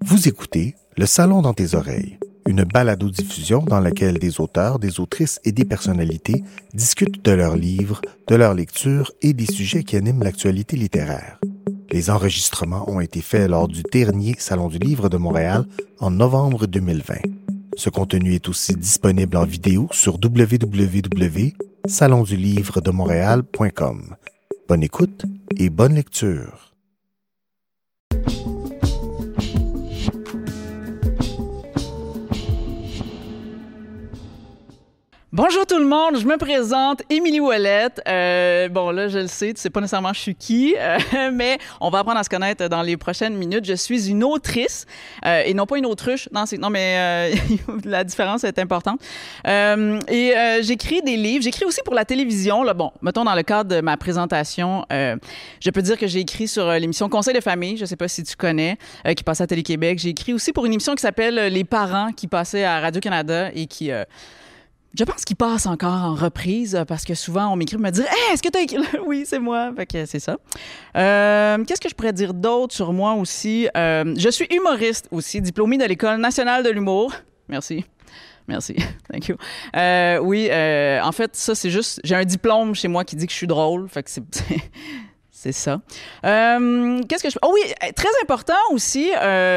Vous écoutez Le Salon dans tes oreilles, une balado-diffusion dans laquelle des auteurs, des autrices et des personnalités discutent de leurs livres, de leur lecture et des sujets qui animent l'actualité littéraire. Les enregistrements ont été faits lors du dernier Salon du Livre de Montréal en novembre 2020. Ce contenu est aussi disponible en vidéo sur www.salondulivredemontréal.com. Bonne écoute et bonne lecture. Bonjour tout le monde, je me présente, Émilie Ouellette. Bon là, je le sais, tu sais pas nécessairement je suis qui, mais on va apprendre à se connaître dans les prochaines minutes. Je suis une autrice et non pas une autruche. Non, mais la différence est importante. J'écris des livres. J'écris aussi pour la télévision. Là, bon, mettons dans le cadre de ma présentation, je peux dire que j'ai écrit sur l'émission Conseil de famille. Je sais pas si tu connais, qui passait à Télé-Québec. J'ai écrit aussi pour une émission qui s'appelle Les parents, qui passait à Radio-Canada et qui je pense qu'il passe encore en reprise parce que souvent, on m'écrit pour me dire « Hey, est-ce que tu as écrit? » Oui, c'est moi. Fait que c'est ça. Qu'est-ce que je pourrais dire d'autre sur moi aussi? Je suis humoriste aussi, diplômée de l'École nationale de l'humour. Merci. Thank you. Oui, en fait, ça, c'est juste... J'ai un diplôme chez moi qui dit que je suis drôle. Fait que c'est ça. Qu'est-ce que je... Oh oui, très important aussi,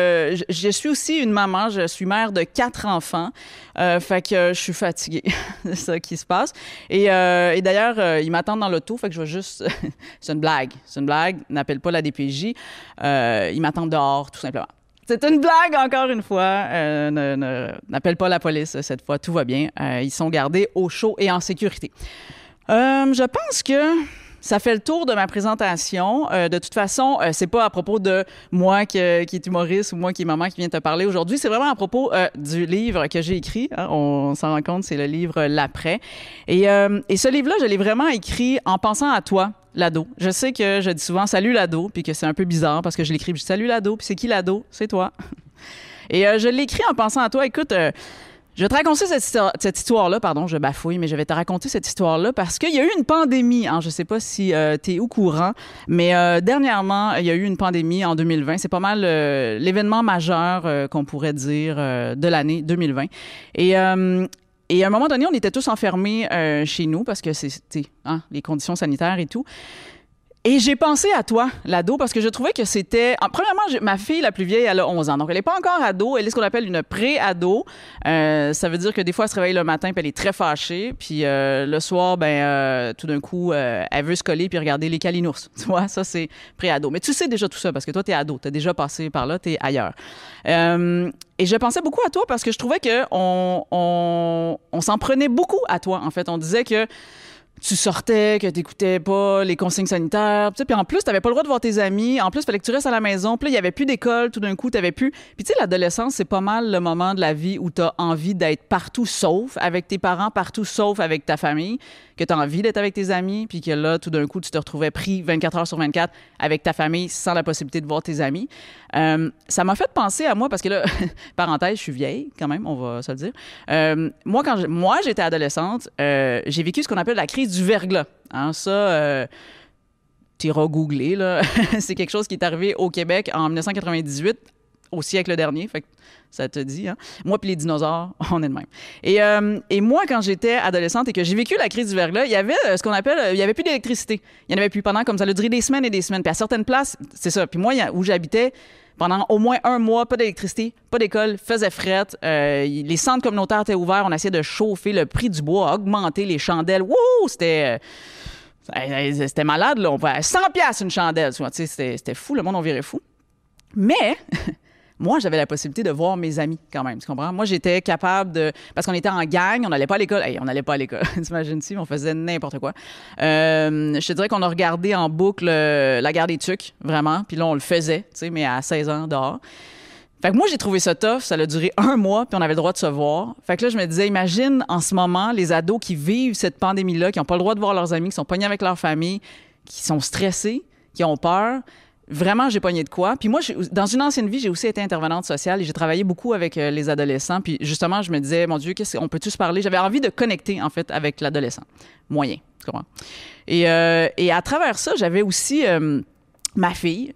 je suis aussi une maman, je suis mère de 4 enfants, fait que je suis fatiguée, c'est ça qui se passe. Et d'ailleurs, ils m'attendent dans l'auto, fait que je vais juste... c'est une blague, n'appelle pas la DPJ, ils m'attendent dehors, tout simplement. C'est une blague, encore une fois. N'appelle pas la police cette fois, tout va bien. Ils sont gardés au chaud et en sécurité. Je pense que... ça fait le tour de ma présentation. De toute façon, c'est pas à propos de moi qui est humoriste ou moi qui est maman qui vient te parler aujourd'hui. C'est vraiment à propos du livre que j'ai écrit. Hein, on s'en rend compte, c'est le livre L'Après. Et ce livre-là, je l'ai vraiment écrit en pensant à toi, l'ado. Je sais que je dis souvent « Salut l'ado », puis que c'est un peu bizarre parce que je l'écris, je dis « Salut l'ado », puis c'est qui l'ado? C'est toi. Et je l'ai écrit en pensant à toi. Écoute... je vais te raconter cette histoire-là, pardon, je bafouille, mais je vais te raconter cette histoire-là parce qu'il y a eu une pandémie. Hein, je ne sais pas si tu es au courant, mais dernièrement, il y a eu une pandémie en 2020. C'est pas mal l'événement majeur qu'on pourrait dire de l'année 2020. Et à un moment donné, on était tous enfermés chez nous parce que c'est les conditions sanitaires et tout. Et j'ai pensé à toi, l'ado, parce que je trouvais que c'était... Premièrement, ma fille, la plus vieille, elle a 11 ans. Donc, elle n'est pas encore ado. Elle est ce qu'on appelle une pré-ado. Ça veut dire que des fois, elle se réveille le matin puis elle est très fâchée. Puis le soir, tout d'un coup, elle veut se coller puis regarder les Calinours. Tu vois, ça, c'est pré-ado. Mais tu sais déjà tout ça parce que toi, t'es ado. T'as déjà passé par là, t'es ailleurs. Et je pensais beaucoup à toi parce que je trouvais qu'on s'en prenait beaucoup à toi, en fait. On disait que tu sortais, que t'écoutais pas les consignes sanitaires, puis en plus, t'avais pas le droit de voir tes amis. En plus, il fallait que tu restes à la maison. Puis là, il y avait plus d'école. Tout d'un coup, t'avais plus... Puis tu sais, l'adolescence, c'est pas mal le moment de la vie où t'as envie d'être partout sauf avec tes parents, partout sauf avec ta famille, que t'as envie d'être avec tes amis, puis que là, tout d'un coup, tu te retrouvais pris 24 heures sur 24 avec ta famille sans la possibilité de voir tes amis. Ça m'a fait penser à moi, parce que là, parenthèse, je suis vieille quand même, on va se le dire. Moi, quand j'étais adolescente, j'ai vécu ce qu'on appelle la crise du verglas. Hein, ça, t'iras googler, là. C'est quelque chose qui est arrivé au Québec en 1998, au siècle dernier. Fait que ça te dit, hein? Moi puis les dinosaures, on est de même. Et moi, quand j'étais adolescente et que j'ai vécu la crise du verglas, il y avait ce qu'on appelle... il y avait plus d'électricité. Il y en avait plus pendant, comme ça a duré des semaines et des semaines. Puis à certaines places, c'est ça. Puis moi, où j'habitais, pendant au moins 1 mois, pas d'électricité, pas d'école, faisait frette. Les centres communautaires étaient ouverts. On essayait de chauffer. Le prix du bois a augmenté. Les chandelles, wouh! C'était malade, là. On pouvait à 100$ une chandelle. Tu sais, c'était fou. Le monde, on virait fou. Mais... moi, j'avais la possibilité de voir mes amis quand même, tu comprends? Moi, j'étais capable de... parce qu'on était en gang, on n'allait pas à l'école. Hey, on n'allait pas à l'école, t'imagines-tu? On faisait n'importe quoi. Je te dirais qu'on a regardé en boucle La Guerre des Tucs, vraiment. Puis là, on le faisait, tu sais, mais à 16 ans, dehors. Fait que moi, j'ai trouvé ça tough. Ça a duré 1 mois, puis on avait le droit de se voir. Fait que là, je me disais, imagine en ce moment les ados qui vivent cette pandémie-là, qui n'ont pas le droit de voir leurs amis, qui sont pognés avec leur famille, qui sont stressés, qui ont peur. Vraiment, j'ai pogné de quoi. Puis moi, dans une ancienne vie, j'ai aussi été intervenante sociale et j'ai travaillé beaucoup avec les adolescents. Puis justement, je me disais, mon Dieu, on peut-tu se parler? J'avais envie de connecter, en fait, avec l'adolescent. Moyen, tu comprends? Et à travers ça, j'avais aussi... ma fille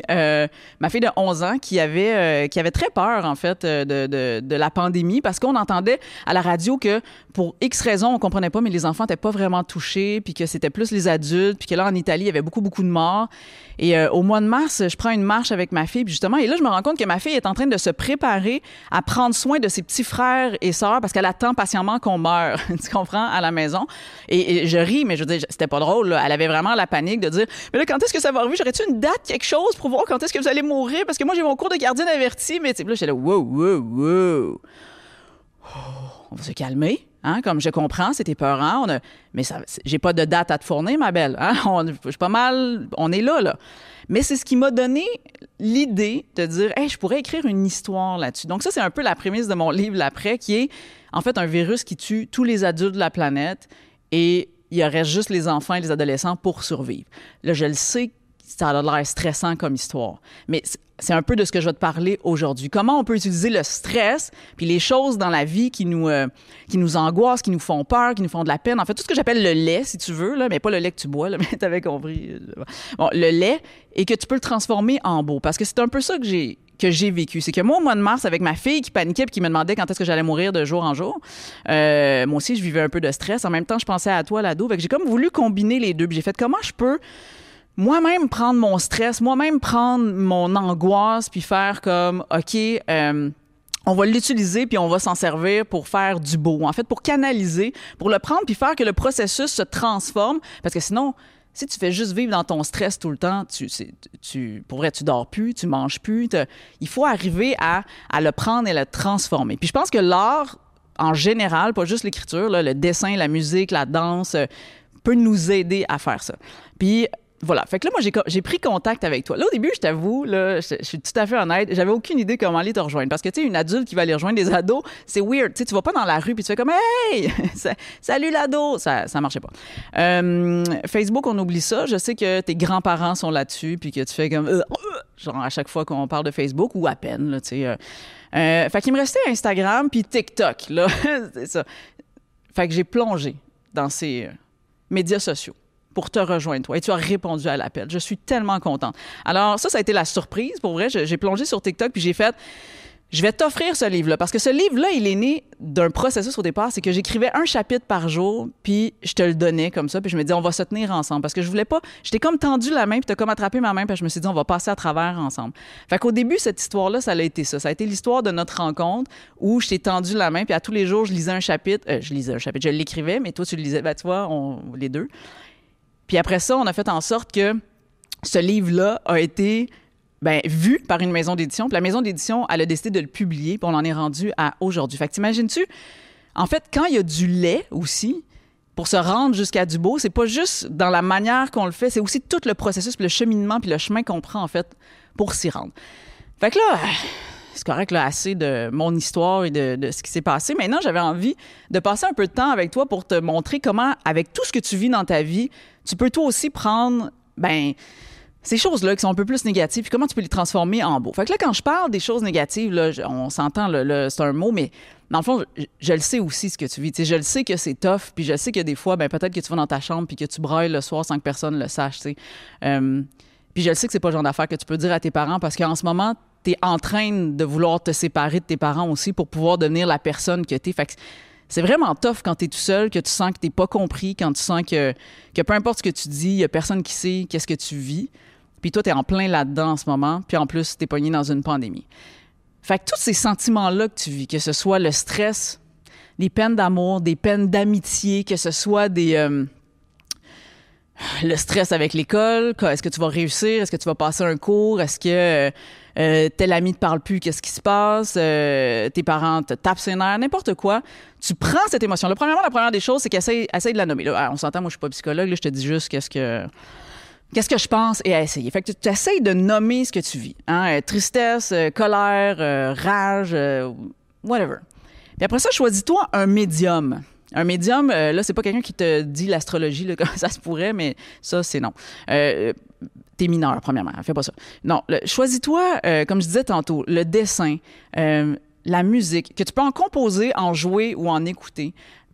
de 11 ans qui avait très peur en fait de la pandémie parce qu'on entendait à la radio que pour X raisons on comprenait pas mais les enfants étaient pas vraiment touchés puis que c'était plus les adultes puis que là en Italie il y avait beaucoup de morts et au mois de mars je prends une marche avec ma fille puis justement et là je me rends compte que ma fille est en train de se préparer à prendre soin de ses petits frères et sœurs parce qu'elle attend patiemment qu'on meure tu comprends à la maison et je ris mais je veux dire c'était pas drôle là. Elle avait vraiment la panique de dire mais là quand est-ce que ça va arriver j'aurais-tu une date, quelque chose pour voir quand est-ce que vous allez mourir parce que moi j'ai mon cours de gardienne avertie mais tu sais là j'étais là wow. On va se calmer hein comme je comprends c'était peurant mais ça j'ai pas de date à te fournir ma belle hein je suis pas mal on est là mais c'est ce qui m'a donné l'idée de dire hey je pourrais écrire une histoire là-dessus donc ça c'est un peu la prémisse de mon livre l'après qui est en fait un virus qui tue tous les adultes de la planète et il reste juste les enfants et les adolescents pour survivre là je le sais ça a l'air stressant comme histoire. Mais c'est un peu de ce que je vais te parler aujourd'hui. Comment on peut utiliser le stress puis les choses dans la vie qui nous angoissent, qui nous font peur, qui nous font de la peine. En fait, tout ce que j'appelle le lait, si tu veux, là, mais pas le lait que tu bois, là, mais t'avais compris. Bon, le lait, et que tu peux le transformer en beau. Parce que c'est un peu ça que j'ai vécu. C'est que moi, au mois de mars, avec ma fille qui paniquait et qui me demandait quand est-ce que j'allais mourir de jour en jour, moi aussi, je vivais un peu de stress. En même temps, je pensais à toi, l'ado. Fait que j'ai comme voulu combiner les deux. Puis j'ai fait comment je peux moi-même prendre mon stress, moi-même prendre mon angoisse, puis faire comme, OK, on va l'utiliser, puis on va s'en servir pour faire du beau. En fait, pour canaliser, pour le prendre, puis faire que le processus se transforme. Parce que sinon, si tu fais juste vivre dans ton stress tout le temps, pour vrai, tu dors plus, tu manges plus. Il faut arriver à le prendre et le transformer. Puis je pense que l'art, en général, pas juste l'écriture, là, le dessin, la musique, la danse, peut nous aider à faire ça. Puis voilà. Fait que là, moi, j'ai pris contact avec toi. Là, au début, je t'avoue, là, je suis tout à fait honnête, j'avais aucune idée comment aller te rejoindre. Parce que, tu sais, une adulte qui va aller rejoindre des ados, c'est weird. Tu sais, tu vas pas dans la rue puis tu fais comme « Hey! Salut l'ado! » Ça marchait pas. Facebook, on oublie ça. Je sais que tes grands-parents sont là-dessus puis que tu fais comme genre à chaque fois qu'on parle de Facebook ou à peine, là, tu sais. Fait qu'il me restait Instagram puis TikTok, là. C'est ça. Fait que j'ai plongé dans ces médias sociaux pour te rejoindre, toi. Et tu as répondu à l'appel. Je suis tellement contente. Alors, ça a été la surprise. Pour vrai, j'ai plongé sur TikTok, puis j'ai fait, je vais t'offrir ce livre-là. Parce que ce livre-là, il est né d'un processus au départ. C'est que j'écrivais un chapitre par jour, puis je te le donnais comme ça, puis je me disais, on va se tenir ensemble. Parce que je voulais pas... J'étais comme tendu la main, puis t'as comme attrapé ma main, puis je me suis dit, on va passer à travers ensemble. Fait qu'au début, cette histoire-là, ça a été ça. Ça a été l'histoire de notre rencontre où je t'ai tendu la main, puis à tous les jours, je lisais un chapitre. Je l'écrivais, mais toi, tu le lisais. Ben, tu vois, les deux. Puis après ça, on a fait en sorte que ce livre-là a été vu par une maison d'édition. Puis la maison d'édition, elle a décidé de le publier, puis on en est rendu à aujourd'hui. Fait que t'imagines-tu, en fait, quand il y a du lait aussi, pour se rendre jusqu'à du beau, c'est pas juste dans la manière qu'on le fait, c'est aussi tout le processus, puis le cheminement, puis le chemin qu'on prend, en fait, pour s'y rendre. Fait que là... C'est correct, là, assez de mon histoire et de ce qui s'est passé. Maintenant, j'avais envie de passer un peu de temps avec toi pour te montrer comment, avec tout ce que tu vis dans ta vie, tu peux toi aussi prendre, ces choses-là qui sont un peu plus négatives, puis comment tu peux les transformer en beau. Fait que là, quand je parle des choses négatives, là, on s'entend, là, c'est un mot, mais dans le fond, je le sais aussi ce que tu vis. T'sais, je le sais que c'est tough, puis je sais que des fois, peut-être que tu vas dans ta chambre puis que tu brailles le soir sans que personne le sache, tu sais. Puis je le sais que c'est pas le genre d'affaire que tu peux dire à tes parents parce qu'en ce moment, t'es en train de vouloir te séparer de tes parents aussi pour pouvoir devenir la personne que t'es. Fait que c'est vraiment tough quand t'es tout seul, que tu sens que t'es pas compris, quand tu sens que peu importe ce que tu dis, il y a personne qui sait qu'est-ce que tu vis. Puis toi, t'es en plein là-dedans en ce moment, puis en plus, t'es pogné dans une pandémie. Fait que tous ces sentiments-là que tu vis, que ce soit le stress, les peines d'amour, des peines d'amitié, que ce soit le stress avec l'école, est-ce que tu vas réussir, est-ce que tu vas passer un cours, est-ce que tel ami te parle plus, qu'est-ce qui se passe, tes parents te tapent ses nerfs, n'importe quoi, tu prends cette émotion-là. Premièrement, la première des choses, c'est qu'essaye de la nommer. Là, on s'entend, moi je suis pas psychologue, là, je te dis juste qu'est-ce que je pense et à essayer. Fait que tu essayes de nommer ce que tu vis. Hein? Tristesse, colère, rage, whatever. Puis après ça, choisis-toi un médium. Un médium, là, c'est pas quelqu'un qui te dit l'astrologie, là, comme ça se pourrait, mais ça, c'est non. T'es mineur, premièrement. Fais pas ça. Non, choisis-toi, comme je disais tantôt, le dessin, la musique, que tu peux en composer, en jouer ou en écouter.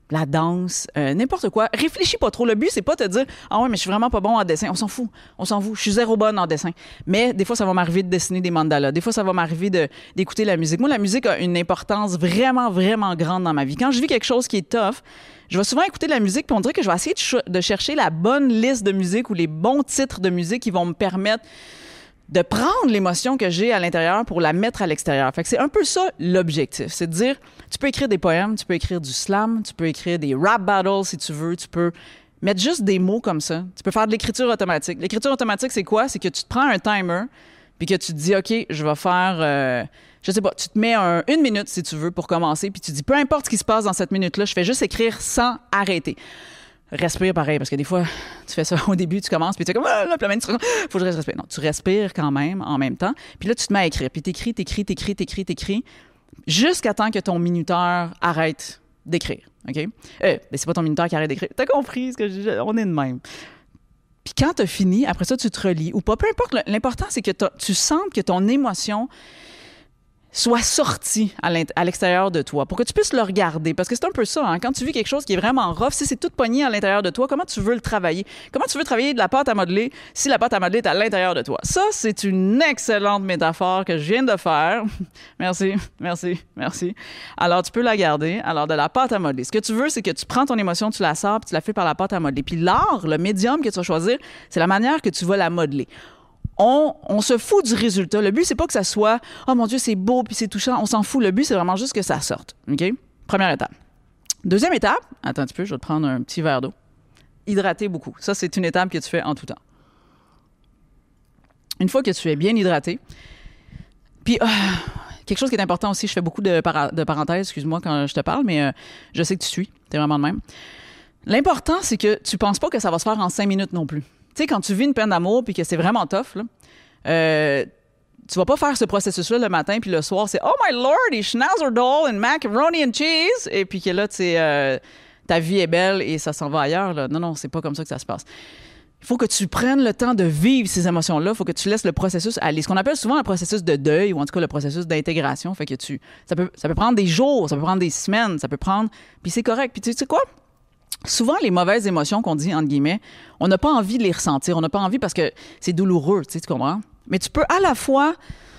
la danse, n'importe quoi. Réfléchis pas trop. Le but, c'est pas te dire « Ah ouais, mais je suis vraiment pas bon en dessin. » On s'en fout. Je suis zéro bonne en dessin. Mais des fois, ça va m'arriver de dessiner des mandalas. Des fois, ça va m'arriver d'écouter la musique. Moi, la musique a une importance vraiment, vraiment grande dans ma vie. Quand je vis quelque chose qui est tough, je vais souvent écouter de la musique, puis on dirait que je vais essayer de chercher la bonne liste de musique ou les bons titres de musique qui vont me permettre de prendre l'émotion que j'ai à l'intérieur pour la mettre à l'extérieur. Fait que c'est un peu ça l'objectif. C'est de dire, tu peux écrire des poèmes, tu peux écrire du slam, tu peux écrire des rap battles si tu veux, tu peux mettre juste des mots comme ça. Tu peux faire de l'écriture automatique. L'écriture automatique, c'est quoi? C'est que tu te prends un timer puis que tu te dis, OK, je vais faire... je sais pas, tu te mets une minute si tu veux pour commencer puis tu dis, peu importe ce qui se passe dans cette minute-là, je fais juste écrire sans arrêter. Respire pareil, parce que des fois, tu fais ça au début, tu commences, puis tu es comme, là, puis là, faut que je respire. Non, tu respires quand même en même temps, puis là, tu te mets à écrire, puis t'écris, jusqu'à temps que ton minuteur arrête d'écrire, OK? Mais c'est pas ton minuteur qui arrête d'écrire. T'as compris ce que je dis? On est de même. Puis quand t'as fini, après ça, tu te relis, ou pas, peu importe, l'important, c'est que tu sentes que ton émotion soit sorti à l'extérieur de toi pour que tu puisses le regarder. Parce que c'est un peu ça, hein? Quand tu vis quelque chose qui est vraiment rough, si c'est tout pogné à l'intérieur de toi, comment tu veux le travailler? Comment tu veux travailler de la pâte à modeler si la pâte à modeler est à l'intérieur de toi? Ça, c'est une excellente métaphore que je viens de faire. Merci. Alors, tu peux la garder. Alors, de la pâte à modeler. Ce que tu veux, c'est que tu prends ton émotion, tu la sors, puis tu la fais par la pâte à modeler. Puis l'art, le médium que tu vas choisir, c'est la manière que tu vas la modeler. On se fout du résultat. Le but, c'est pas que ça soit « Oh mon Dieu, c'est beau puis c'est touchant ». On s'en fout. Le but, c'est vraiment juste que ça sorte. OK? Première étape. Deuxième étape, attends un petit peu, je vais te prendre un petit verre d'eau. Hydrater beaucoup. Ça, c'est une étape que tu fais en tout temps. Une fois que tu es bien hydraté, puis quelque chose qui est important aussi, je fais beaucoup de parenthèses, excuse-moi quand je te parle, mais je sais que tu suis. T'es vraiment de même. L'important, c'est que tu penses pas que ça va se faire en 5 minutes non plus. Tu sais, quand tu vis une peine d'amour puis que c'est vraiment tough, là, tu vas pas faire ce processus-là le matin puis le soir, c'est « Oh my lordy, schnauzerdoll and macaroni and cheese » et puis que là, ta vie est belle et ça s'en va ailleurs. Là. Non, c'est pas comme ça que ça se passe. Il faut que tu prennes le temps de vivre ces émotions-là. Il faut que tu laisses le processus aller. Ce qu'on appelle souvent un processus de deuil ou en tout cas le processus d'intégration. Fait que ça peut prendre des jours, ça peut prendre des semaines, ça peut prendre... Puis c'est correct. Puis tu sais quoi? Souvent, les mauvaises émotions qu'on dit, entre guillemets, on n'a pas envie de les ressentir. On n'a pas envie parce que c'est douloureux, tu comprends? Mais tu peux à la fois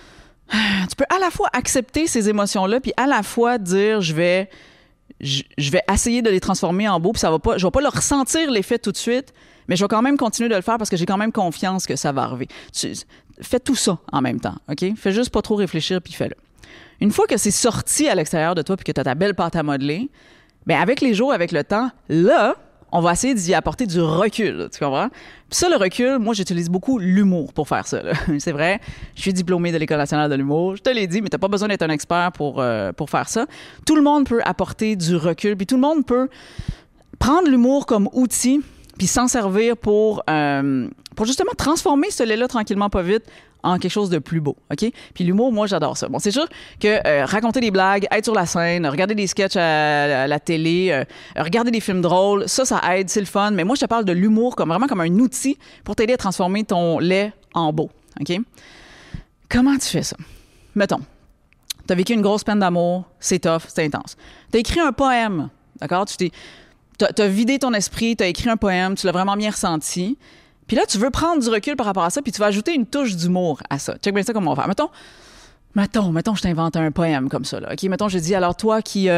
accepter ces émotions-là puis à la fois dire, je vais essayer de les transformer en beau puis je vais pas leur ressentir l'effet tout de suite, mais je vais quand même continuer de le faire parce que j'ai quand même confiance que ça va arriver. Fais tout ça en même temps, OK? Fais juste pas trop réfléchir puis fais-le. Une fois que c'est sorti à l'extérieur de toi puis que tu as ta belle pâte à modeler, bien, avec les jours, avec le temps, là, on va essayer d'y apporter du recul, tu comprends? Puis ça, le recul, moi, j'utilise beaucoup l'humour pour faire ça. Là. C'est vrai, je suis diplômée de l'École nationale de l'humour, je te l'ai dit, mais t'as pas besoin d'être un expert pour faire ça. Tout le monde peut apporter du recul, puis tout le monde peut prendre l'humour comme outil, puis s'en servir pour justement transformer ce lait-là tranquillement, pas vite, en quelque chose de plus beau, OK? Puis l'humour, moi, j'adore ça. Bon, c'est sûr que raconter des blagues, être sur la scène, regarder des sketchs à la télé, regarder des films drôles, ça aide, c'est le fun. Mais moi, je te parle de l'humour vraiment comme un outil pour t'aider à transformer ton lait en beau, OK? Comment tu fais ça? Mettons, t'as vécu une grosse peine d'amour, c'est tough, c'est intense. T'as écrit un poème, d'accord? T'as vidé ton esprit, t'as écrit un poème, tu l'as vraiment bien ressenti. Puis là, tu veux prendre du recul par rapport à ça, puis tu vas ajouter une touche d'humour à ça. Check bien ça comment on va faire. Mettons, je t'invente un poème comme ça, là. OK? Mettons, je dis, alors toi qui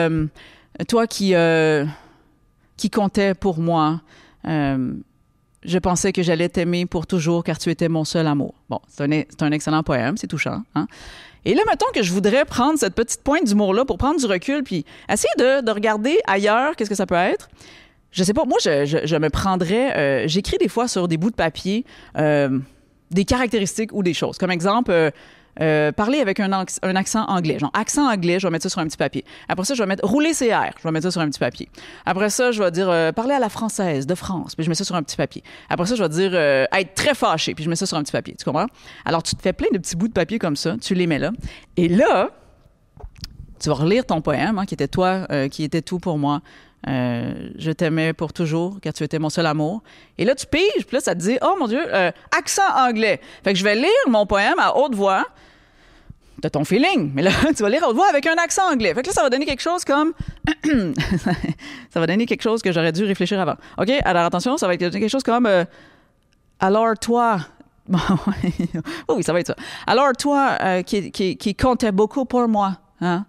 comptais pour moi, je pensais que j'allais t'aimer pour toujours car tu étais mon seul amour. Bon, c'est un excellent poème, c'est touchant, hein? Et là, mettons que je voudrais prendre cette petite pointe d'humour-là pour prendre du recul, puis essayer de regarder ailleurs, qu'est-ce que ça peut être. Je sais pas, moi, je me prendrais... j'écris des fois sur des bouts de papier des caractéristiques ou des choses. Comme exemple, parler avec un accent anglais. Genre, accent anglais, je vais mettre ça sur un petit papier. Après ça, je vais mettre rouler ses airs. Je vais mettre ça sur un petit papier. Après ça, je vais dire parler à la française de France. Puis je mets ça sur un petit papier. Après ça, je vais dire être très fâché. Puis je mets ça sur un petit papier. Tu comprends? Alors, tu te fais plein de petits bouts de papier comme ça. Tu les mets là. Et là, tu vas relire ton poème, hein, qui était toi, qui était tout pour moi. Je t'aimais pour toujours car tu étais mon seul amour. Et là, tu piges, puis là, ça te dit, oh mon Dieu, accent anglais. Fait que je vais lire mon poème à haute voix, t'as ton feeling, mais là, tu vas lire à haute voix avec un accent anglais. Fait que là, ça va donner quelque chose comme... ça va donner quelque chose que j'aurais dû réfléchir avant. OK? Alors, attention, ça va être quelque chose comme... alors, toi... oh oui, ça va être ça. Alors, toi, qui comptais beaucoup pour moi, hein?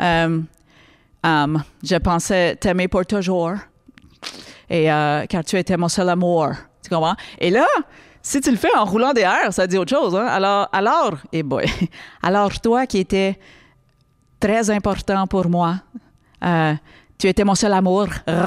Je pensais t'aimer pour toujours. Et car tu étais mon seul amour. Tu comprends? Et là... Si tu le fais en roulant des airs, ça dit autre chose. Hein? Alors, alors toi qui étais très important pour moi, tu étais mon seul amour,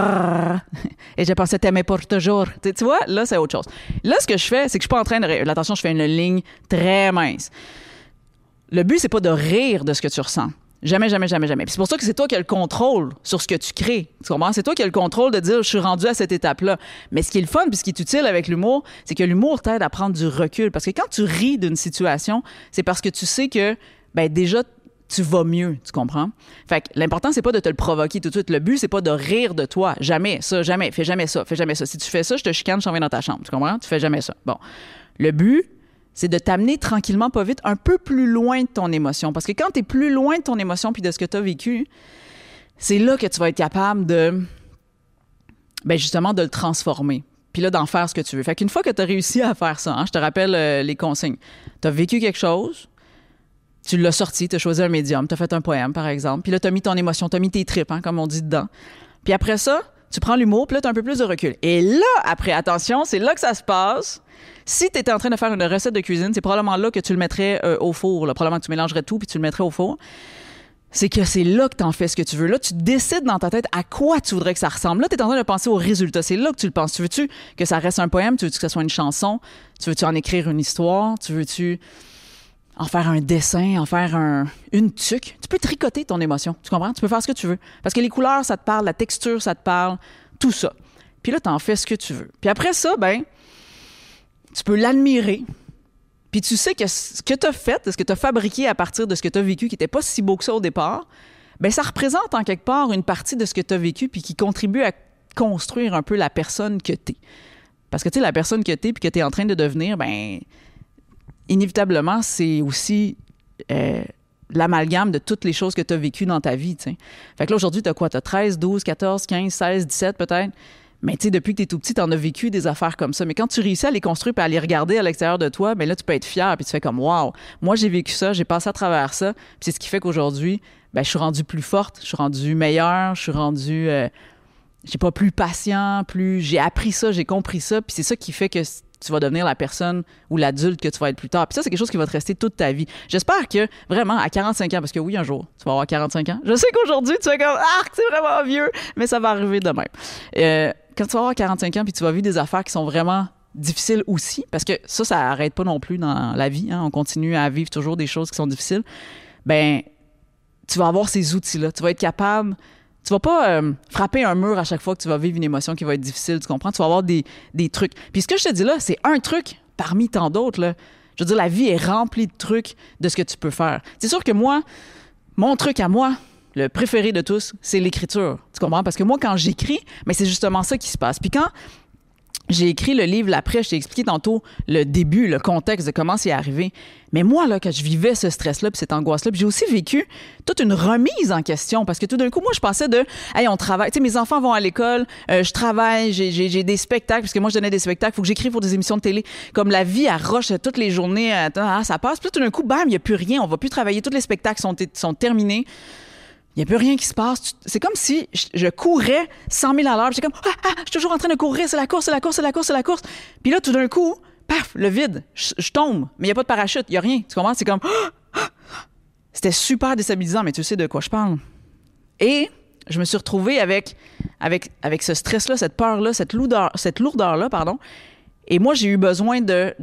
et je pensais t'aimer pour toujours. Tu vois, là, c'est autre chose. Là, ce que je fais, c'est que je suis pas en train de... Attention, je fais une ligne très mince. Le but, c'est pas de rire de ce que tu ressens. Jamais, jamais, jamais, jamais. Puis c'est pour ça que c'est toi qui as le contrôle sur ce que tu crées. Tu comprends? C'est toi qui as le contrôle de dire « je suis rendu à cette étape-là ». Mais ce qui est le fun puis ce qui est utile avec l'humour, c'est que l'humour t'aide à prendre du recul. Parce que quand tu ris d'une situation, c'est parce que tu sais que, déjà, tu vas mieux, tu comprends? Fait que l'important, c'est pas de te le provoquer tout de suite. Le but, c'est pas de rire de toi. Jamais, ça, jamais. Fais jamais ça, fais jamais ça. Si tu fais ça, je te chicane, je t'en viens dans ta chambre. Tu comprends? Tu fais jamais ça. Bon. Le but, c'est de t'amener tranquillement, pas vite, un peu plus loin de ton émotion. Parce que quand tu es plus loin de ton émotion puis de ce que tu as vécu, c'est là que tu vas être capable de, justement, de le transformer. Puis là, d'en faire ce que tu veux. Fait qu'une fois que tu as réussi à faire ça, hein, je te rappelle les consignes. Tu as vécu quelque chose, tu l'as sorti, tu as choisi un médium, tu as fait un poème, par exemple. Puis là, tu as mis ton émotion, tu as mis tes tripes, hein, comme on dit dedans. Puis après ça, tu prends l'humour, puis là, tu as un peu plus de recul. Et là, après, attention, c'est là que ça se passe. Si tu étais en train de faire une recette de cuisine, c'est probablement là que tu le mettrais au four. Là. Probablement que tu mélangerais tout puis tu le mettrais au four. C'est que c'est là que tu en fais ce que tu veux. Là, tu décides dans ta tête à quoi tu voudrais que ça ressemble. Là, tu es en train de penser au résultat. C'est là que tu le penses. Tu veux-tu que ça reste un poème? Tu veux-tu que ça soit une chanson? Tu veux-tu en écrire une histoire? Tu veux-tu en faire un dessin? En faire une tuque? Tu peux tricoter ton émotion. Tu comprends? Tu peux faire ce que tu veux. Parce que les couleurs, ça te parle. La texture, ça te parle. Tout ça. Puis là, tu en fais ce que tu veux. Puis après ça, tu peux l'admirer. Puis tu sais que ce que tu as fait, ce que tu as fabriqué à partir de ce que tu as vécu, qui n'était pas si beau que ça au départ, ça représente en quelque part une partie de ce que tu as vécu puis qui contribue à construire un peu la personne que tu es. Parce que tu sais, la personne que tu es puis que tu es en train de devenir, inévitablement, c'est aussi l'amalgame de toutes les choses que tu as vécues dans ta vie. T'sais. Fait que là, aujourd'hui, tu as quoi? Tu as 13, 12, 14, 15, 16, 17 peut-être? Mais tu sais, depuis que tu es tout petit, tu en as vécu des affaires comme ça. Mais quand tu réussis à les construire et à les regarder à l'extérieur de toi, là, tu peux être fier. Puis tu fais comme, wow, moi, j'ai vécu ça, j'ai passé à travers ça. Puis c'est ce qui fait qu'aujourd'hui, je suis rendue plus forte, je suis rendue meilleure, je suis rendue, plus patient, j'ai appris ça, j'ai compris ça. Puis c'est ça qui fait que tu vas devenir la personne ou l'adulte que tu vas être plus tard. Puis ça, c'est quelque chose qui va te rester toute ta vie. J'espère que, vraiment, à 45 ans, parce que oui, un jour, tu vas avoir 45 ans. Je sais qu'aujourd'hui, tu fais comme, c'est vraiment vieux, mais ça va arriver de même. Quand tu vas avoir 45 ans puis tu vas vivre des affaires qui sont vraiment difficiles aussi, parce que ça n'arrête pas non plus dans la vie, hein, on continue à vivre toujours des choses qui sont difficiles, tu vas avoir ces outils-là. Tu vas être capable... Tu vas pas frapper un mur à chaque fois que tu vas vivre une émotion qui va être difficile, tu comprends? Tu vas avoir des trucs. Puis ce que je te dis là, c'est un truc parmi tant d'autres, là. Je veux dire, la vie est remplie de trucs de ce que tu peux faire. C'est sûr que moi, mon truc à moi, le préféré de tous, c'est l'écriture. Tu comprends? Parce que moi, quand j'écris, c'est justement ça qui se passe. Puis quand j'ai écrit le livre L'après, je t'ai expliqué tantôt le début, le contexte de comment c'est arrivé. Mais moi, là, quand je vivais ce stress-là puis cette angoisse-là, puis j'ai aussi vécu toute une remise en question parce que tout d'un coup, moi, je pensais hey, on travaille. Tu sais, mes enfants vont à l'école, je travaille, j'ai des spectacles parce que moi, je donnais des spectacles, il faut que j'écrive pour des émissions de télé. Comme la vie, elle rush toutes les journées, ça passe. Puis là, tout d'un coup, bam, il n'y a plus rien, on va plus travailler, tous les spectacles sont terminés. Il n'y a plus rien qui se passe. C'est comme si je courais 100 000 à l'heure. J'étais comme, je suis toujours en train de courir. C'est la course, c'est la course, c'est la course, c'est la course. Puis là, tout d'un coup, paf, le vide. Je tombe. Mais il n'y a pas de parachute. Il n'y a rien. Tu comprends? C'est comme, c'était super déstabilisant, mais tu sais de quoi je parle. Et je me suis retrouvée avec ce stress-là, cette peur-là, cette lourdeur-là, pardon. Et moi, j'ai eu besoin de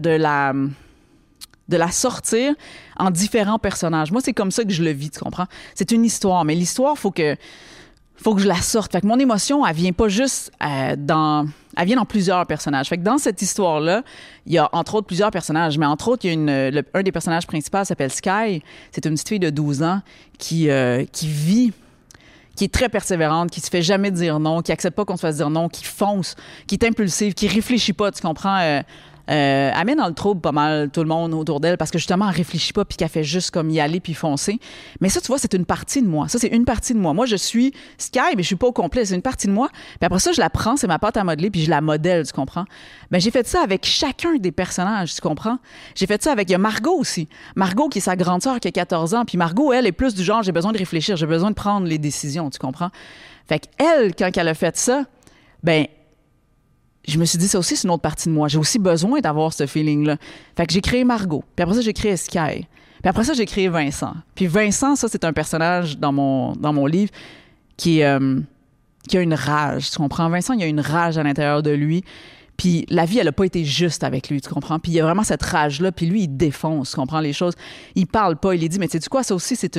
la sortir en différents personnages. Moi, c'est comme ça que je le vis, tu comprends? C'est une histoire, mais l'histoire, faut que je la sorte. Fait que mon émotion, elle vient pas juste elle vient dans plusieurs personnages. Fait que dans cette histoire-là, il y a entre autres plusieurs personnages, mais entre autres, il y a un des personnages principaux s'appelle Sky. C'est une petite fille de 12 ans qui vit, qui est très persévérante, qui se fait jamais dire non, qui accepte pas qu'on se fasse dire non, qui fonce, qui est impulsive, qui réfléchit pas, tu comprends? elle met dans le trouble pas mal tout le monde autour d'elle parce que justement, elle réfléchit pas puis qu'elle fait juste comme y aller puis foncer. Mais ça, tu vois, c'est une partie de moi. Ça, c'est une partie de moi. Moi, je suis Sky, mais je suis pas au complet. C'est une partie de moi. Puis après ça, je la prends, c'est ma pâte à modeler puis je la modèle, tu comprends? Ben, j'ai fait ça avec chacun des personnages, tu comprends? J'ai fait ça avec, il y a Margot aussi. Margot, qui est sa grande sœur, qui a 14 ans. Puis Margot, elle, est plus du genre, j'ai besoin de réfléchir, j'ai besoin de prendre les décisions, tu comprends? Fait qu'elle, quand elle a fait ça, ben, je me suis dit, ça aussi, c'est une autre partie de moi. J'ai aussi besoin d'avoir ce feeling-là. Fait que j'ai créé Margot. Puis après ça, j'ai créé Sky. Puis après ça, j'ai créé Vincent. Puis Vincent, ça, c'est un personnage dans mon livre qui a une rage, tu comprends? Vincent, il y a une rage à l'intérieur de lui. Puis la vie, elle n'a pas été juste avec lui, tu comprends? Puis il y a vraiment cette rage-là, puis lui, il défonce, tu comprends les choses. Il parle pas, il dit, mais tu sais quoi, ça aussi, c'est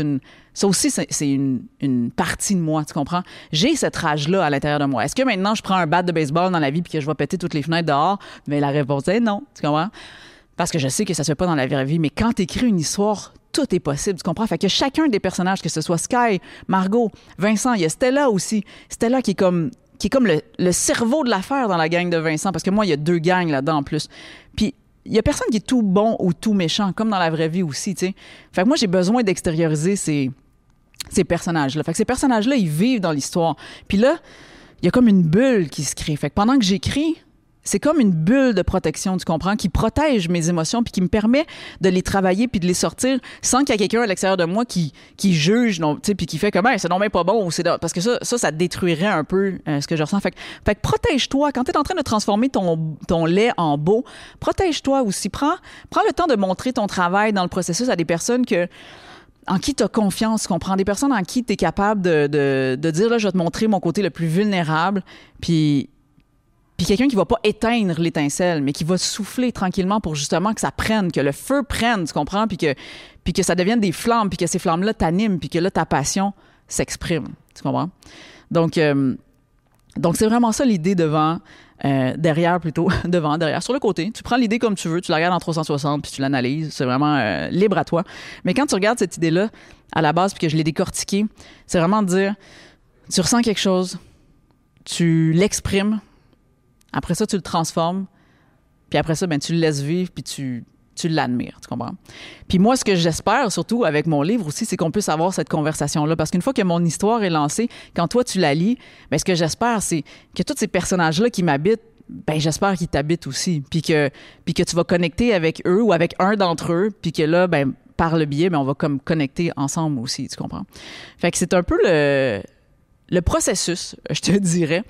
une partie de moi, tu comprends? J'ai cette rage-là à l'intérieur de moi. Est-ce que maintenant, je prends un bat de baseball dans la vie puis que je vais péter toutes les fenêtres dehors? Mais la réponse est non, tu comprends? Parce que je sais que ça se fait pas dans la vraie vie, mais quand tu écris une histoire, tout est possible, tu comprends? Fait que chacun des personnages, que ce soit Sky, Margot, Vincent, il y a Stella aussi. Stella qui est comme le cerveau de l'affaire dans la gang de Vincent, parce que moi, il y a 2 gangs là-dedans en plus. Puis, il y a personne qui est tout bon ou tout méchant, comme dans la vraie vie aussi, tu sais. Fait que moi, j'ai besoin d'extérioriser ces personnages-là. Fait que ces personnages-là, ils vivent dans l'histoire. Puis là, il y a comme une bulle qui se crée. Fait que pendant que j'écris, c'est comme une bulle de protection, tu comprends, qui protège mes émotions puis qui me permet de les travailler puis de les sortir sans qu'il y ait quelqu'un à l'extérieur de moi qui juge, tu sais, puis qui fait comme c'est non même pas bon ou parce que ça détruirait un peu ce que je ressens. Fait que protège-toi quand tu es en train de transformer ton lait en beau, protège-toi aussi. Prends le temps de montrer ton travail dans le processus à des personnes en qui tu as confiance, tu comprends, des personnes en qui tu es capable de dire là, je vais te montrer mon côté le plus vulnérable, puis quelqu'un qui va pas éteindre l'étincelle, mais qui va souffler tranquillement pour justement que ça prenne, que le feu prenne, tu comprends, puis que ça devienne des flammes, puis que ces flammes-là t'animent, puis que là, ta passion s'exprime, tu comprends? Donc c'est vraiment ça l'idée derrière, sur le côté. Tu prends l'idée comme tu veux, tu la regardes en 360, puis tu l'analyses, c'est vraiment libre à toi. Mais quand tu regardes cette idée-là, à la base, puis que je l'ai décortiquée, c'est vraiment de dire, tu ressens quelque chose, tu l'exprimes, après ça, tu le transformes. Puis après ça, ben, tu le laisses vivre puis tu l'admires, tu comprends? Puis moi, ce que j'espère, surtout avec mon livre aussi, c'est qu'on puisse avoir cette conversation-là. Parce qu'une fois que mon histoire est lancée, quand toi, tu la lis, ben, ce que j'espère, c'est que tous ces personnages-là qui m'habitent, ben, j'espère qu'ils t'habitent aussi. Puis que tu vas connecter avec eux ou avec un d'entre eux. Puis que là, ben, par le biais, ben, on va comme connecter ensemble aussi, tu comprends? Fait que c'est un peu le processus, je te dirais.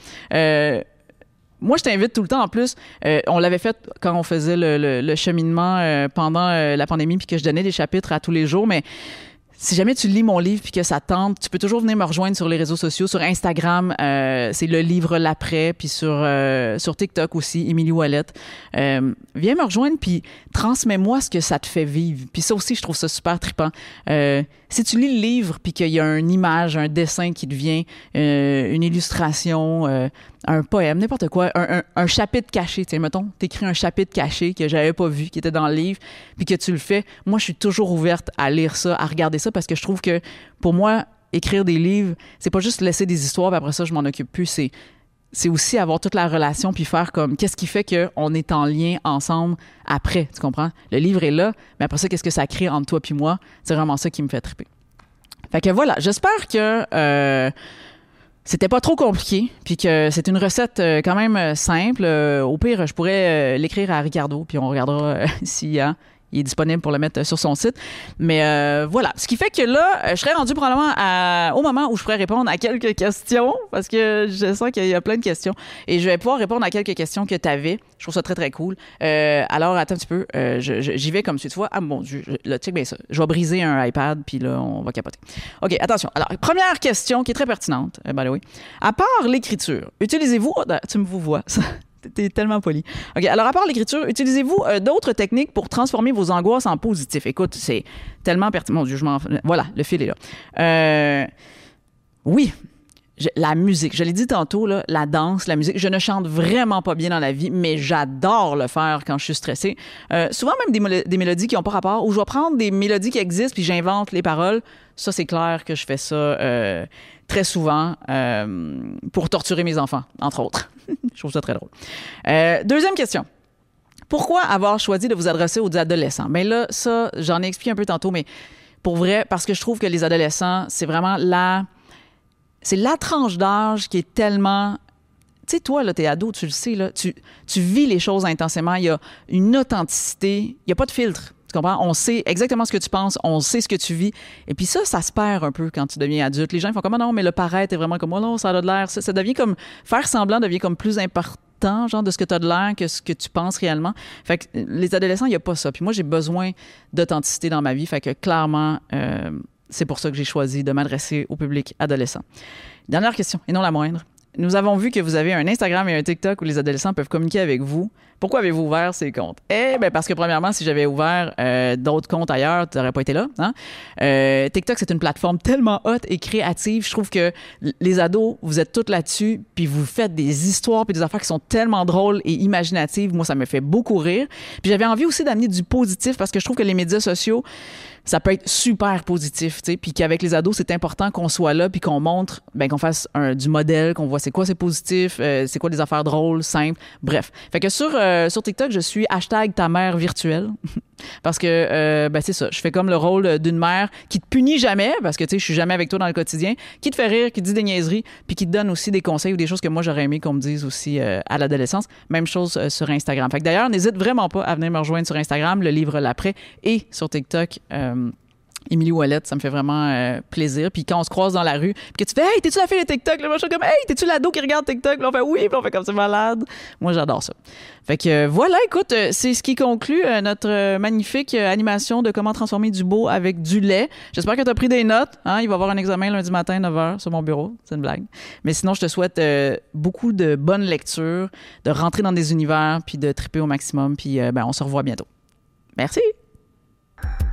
Moi, je t'invite tout le temps. En plus, on l'avait fait quand on faisait le cheminement pendant la pandémie puis que je donnais des chapitres à tous les jours. Mais si jamais tu lis mon livre puis que ça tente, tu peux toujours venir me rejoindre sur les réseaux sociaux. Sur Instagram, c'est le livre l'après. Puis sur TikTok aussi, Émilie Ouellette. Viens me rejoindre puis transmets-moi ce que ça te fait vivre. Puis ça aussi, je trouve ça super trippant. Si tu lis le livre puis qu'il y a une image, un dessin qui devient une illustration, un poème, n'importe quoi, un chapitre caché, tiens, mettons, t'écris un chapitre caché que j'avais pas vu, qui était dans le livre, puis que tu le fais, moi, je suis toujours ouverte à lire ça, à regarder ça, parce que je trouve que, pour moi, écrire des livres, c'est pas juste laisser des histoires, puis après ça, je m'en occupe plus, c'est aussi avoir toute la relation, puis faire comme, qu'est-ce qui fait qu'on est en lien ensemble après, tu comprends? Le livre est là, mais après ça, qu'est-ce que ça crée entre toi puis moi? C'est vraiment ça qui me fait triper. Fait que voilà, j'espère que c'était pas trop compliqué, puis que c'est une recette quand même simple. Au pire, je pourrais l'écrire à Ricardo, puis on regardera s'il est disponible pour le mettre sur son site. Mais voilà. Ce qui fait que là, je serais rendu probablement au moment où je pourrais répondre à quelques questions, parce que je sens qu'il y a plein de questions. Et je vais pouvoir répondre à quelques questions que tu avais. Je trouve ça très, très cool. Alors, attends un petit peu. J'y vais comme tu vois. Ah, mon Dieu. Là, check bien ça. Je vais briser un iPad, puis là, on va capoter. OK, attention. Alors, première question qui est très pertinente, by the way. À part l'écriture, utilisez-vous... Tu me vois, ça... T'es tellement poli. OK, alors à part l'écriture, utilisez-vous d'autres techniques pour transformer vos angoisses en positif? Écoute, c'est tellement pertinent. Mon Dieu, voilà, le fil est là. Oui, la musique. Je l'ai dit tantôt, là, la danse, la musique. Je ne chante vraiment pas bien dans la vie, mais j'adore le faire quand je suis stressée. Souvent même des mélodies qui n'ont pas rapport, ou je vais prendre des mélodies qui existent puis j'invente les paroles. Ça, c'est clair que je fais ça très souvent pour torturer mes enfants, entre autres. Je trouve ça très drôle. Deuxième question. Pourquoi avoir choisi de vous adresser aux adolescents? Bien là, ça, j'en ai expliqué un peu tantôt, mais pour vrai, parce que je trouve que les adolescents, c'est vraiment c'est la tranche d'âge qui est tellement... Tu sais, toi, là, t'es ado, tu le sais, là, tu vis les choses intensément. Il y a une authenticité, il n'y a pas de filtre. Tu comprends? On sait exactement ce que tu penses, on sait ce que tu vis. Et puis ça se perd un peu quand tu deviens adulte. Les gens font comme, non, mais le paraître est vraiment comme, oh non, ça a de l'air. Ça devient comme, faire semblant devient comme plus important, genre, de ce que tu as de l'air que ce que tu penses réellement. Fait que les adolescents, il n'y a pas ça. Puis moi, j'ai besoin d'authenticité dans ma vie. Fait que clairement, c'est pour ça que j'ai choisi de m'adresser au public adolescent. Dernière question, et non la moindre. Nous avons vu que vous avez un Instagram et un TikTok où les adolescents peuvent communiquer avec vous. Pourquoi avez-vous ouvert ces comptes? Eh bien, parce que premièrement, si j'avais ouvert d'autres comptes ailleurs, tu n'aurais pas été là. Hein? TikTok, c'est une plateforme tellement haute et créative. Je trouve que les ados, vous êtes tous là-dessus, puis vous faites des histoires puis des affaires qui sont tellement drôles et imaginatives. Moi, ça me fait beaucoup rire. Puis j'avais envie aussi d'amener du positif parce que je trouve que les médias sociaux, ça peut être super positif, tu sais, puis qu'avec les ados, c'est important qu'on soit là puis qu'on montre, ben qu'on fasse du modèle, qu'on voit c'est quoi c'est positif, c'est quoi des affaires drôles, simples, bref. Fait que sur TikTok, je suis #tamère-virtuelle parce que, ben c'est ça, je fais comme le rôle d'une mère qui te punit jamais parce que, tu sais, je suis jamais avec toi dans le quotidien, qui te fait rire, qui te dit des niaiseries, puis qui te donne aussi des conseils ou des choses que moi, j'aurais aimé qu'on me dise aussi à l'adolescence. Même chose sur Instagram. Fait que d'ailleurs, n'hésite vraiment pas à venir me rejoindre sur Instagram, le livre l'après, et sur TikTok, Émilie Ouellette, ça me fait vraiment plaisir. Puis quand on se croise dans la rue, puis que tu fais « Hey, t'es-tu la fille de TikTok? » Là, moi, je suis comme « Hey, t'es-tu l'ado qui regarde TikTok? » Puis on fait « Oui. » Puis on fait comme « C'est malade. » Moi, j'adore ça. Fait que voilà, écoute, c'est ce qui conclut notre magnifique animation de comment transformer du beau avec du lait. J'espère que t'as pris des notes. Hein? Il va y avoir un examen lundi matin, 9h, sur mon bureau. C'est une blague. Mais sinon, je te souhaite beaucoup de bonnes lectures, de rentrer dans des univers, puis de triper au maximum. Puis ben, on se revoit bientôt. Merci!